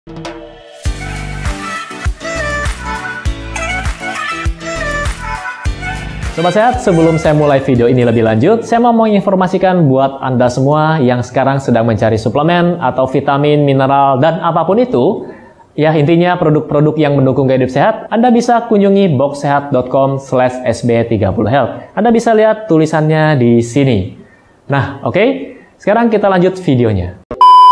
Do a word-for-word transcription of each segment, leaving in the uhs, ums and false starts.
Sobat Sehat, sebelum saya mulai video ini lebih lanjut, saya mau menginformasikan buat Anda semua yang sekarang sedang mencari suplemen atau vitamin, mineral, dan apapun itu, ya intinya produk-produk yang mendukung gaya hidup sehat, Anda bisa kunjungi boxsehat dot com slash S B tiga puluh health. Anda bisa lihat tulisannya di sini. Nah, oke, okay? Sekarang kita lanjut videonya.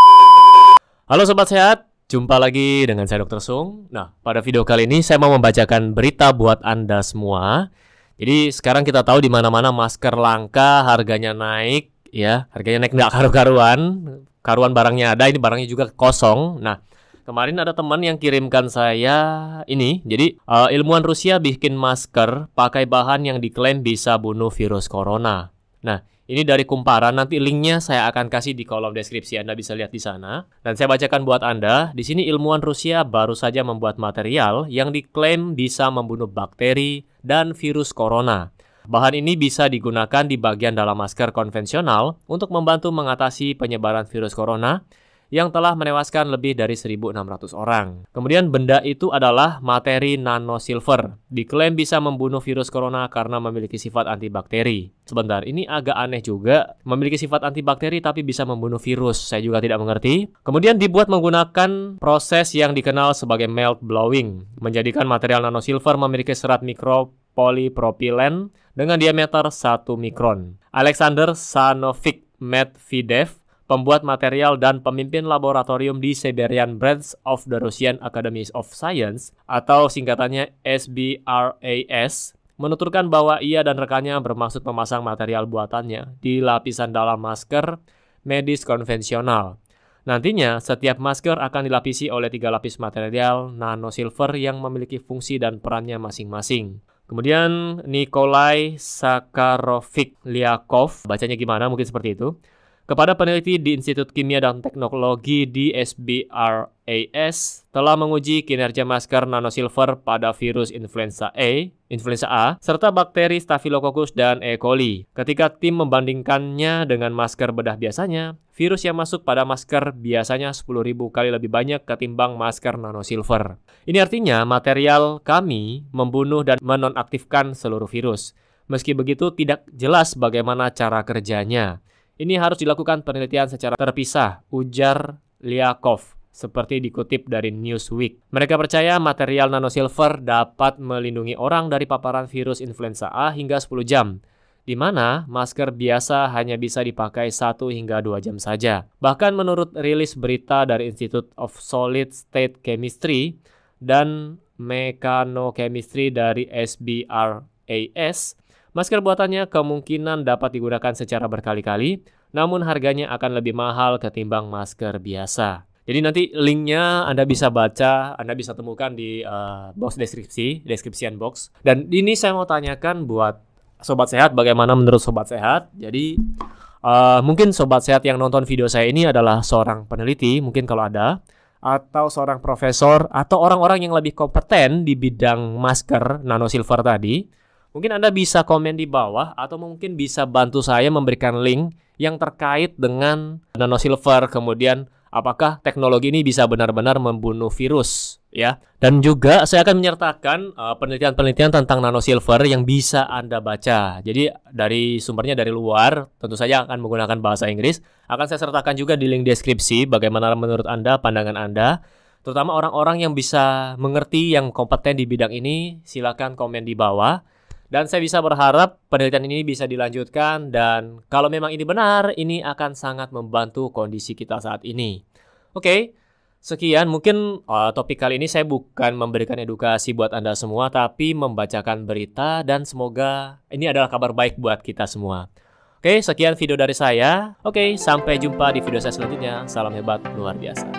Halo Sobat Sehat, jumpa lagi dengan saya dokter Sung. Nah, pada video kali ini saya mau membacakan berita buat Anda semua. Jadi sekarang kita tahu di mana-mana masker langka, harganya naik, ya, harganya naik nggak karu-karuan, karuan barangnya ada, ini barangnya juga kosong. Nah, kemarin ada teman yang kirimkan saya ini, jadi uh, ilmuwan Rusia bikin masker pakai bahan yang diklaim bisa bunuh virus corona. Nah, ini dari Kumparan, nanti linknya saya akan kasih di kolom deskripsi, Anda bisa lihat di sana. Dan saya bacakan buat Anda, di sini ilmuwan Rusia baru saja membuat material yang diklaim bisa membunuh bakteri dan virus corona. Bahan ini bisa digunakan di bagian dalam masker konvensional untuk membantu mengatasi penyebaran virus corona yang telah menewaskan lebih dari seribu enam ratus orang. Kemudian benda itu adalah materi nanosilver. Diklaim bisa membunuh virus corona karena memiliki sifat antibakteri. Sebentar, ini agak aneh juga. Memiliki sifat antibakteri tapi bisa membunuh virus. Saya juga tidak mengerti. Kemudian dibuat menggunakan proses yang dikenal sebagai melt blowing. Menjadikan material nanosilver memiliki serat mikropolipropilen dengan diameter satu mikron. Alexander Sanovic Medvedev, pembuat material dan pemimpin laboratorium di Siberian Branch of the Russian Academy of Science atau singkatannya S B R A S, menuturkan bahwa ia dan rekannya bermaksud memasang material buatannya di lapisan dalam masker medis konvensional. Nantinya, setiap masker akan dilapisi oleh tiga lapis material nanosilver yang memiliki fungsi dan perannya masing-masing. Kemudian Nikolai Sakharovich Lyakov, bacanya gimana? Mungkin seperti itu. Kepada peneliti di Institut Kimia dan Teknologi di S B R A S telah menguji kinerja masker nanosilver pada virus influenza A, influenza A, serta bakteri Staphylococcus dan E. coli. Ketika tim membandingkannya dengan masker bedah biasanya, virus yang masuk pada masker biasanya sepuluh ribu kali lebih banyak ketimbang masker nanosilver. Ini artinya material kami membunuh dan menonaktifkan seluruh virus. Meski begitu, tidak jelas bagaimana cara kerjanya. Ini harus dilakukan penelitian secara terpisah, ujar Lyakov, seperti dikutip dari Newsweek. Mereka percaya material nanosilver dapat melindungi orang dari paparan virus influenza A hingga sepuluh jam, di mana masker biasa hanya bisa dipakai satu hingga dua jam saja. Bahkan menurut rilis berita dari Institute of Solid State Chemistry dan Mechanochemistry dari S B R A S, masker buatannya kemungkinan dapat digunakan secara berkali-kali, namun harganya akan lebih mahal ketimbang masker biasa. Jadi nanti linknya Anda bisa baca, Anda bisa temukan di uh, box deskripsi, description box. Dan ini saya mau tanyakan buat Sobat Sehat, bagaimana menurut Sobat Sehat? Jadi uh, mungkin Sobat Sehat yang nonton video saya ini adalah seorang peneliti, mungkin kalau ada, atau seorang profesor, atau orang-orang yang lebih kompeten di bidang masker nanosilver tadi. Mungkin Anda bisa komen di bawah atau mungkin bisa bantu saya memberikan link yang terkait dengan nanosilver, kemudian apakah teknologi ini bisa benar-benar membunuh virus, ya. Dan juga saya akan menyertakan uh, penelitian-penelitian tentang nanosilver yang bisa Anda baca. Jadi dari sumbernya dari luar, tentu saja akan menggunakan bahasa Inggris. Akan saya sertakan juga di link deskripsi bagaimana menurut Anda, pandangan Anda. Terutama orang-orang yang bisa mengerti, yang kompeten di bidang ini, silakan komen di bawah. Dan saya bisa berharap penelitian ini bisa dilanjutkan dan kalau memang ini benar, ini akan sangat membantu kondisi kita saat ini. Oke, sekian. Mungkin uh, topik kali ini saya bukan memberikan edukasi buat Anda semua, tapi membacakan berita dan semoga ini adalah kabar baik buat kita semua. Oke, sekian video dari saya. Oke, sampai jumpa di video saya selanjutnya. Salam hebat luar biasa.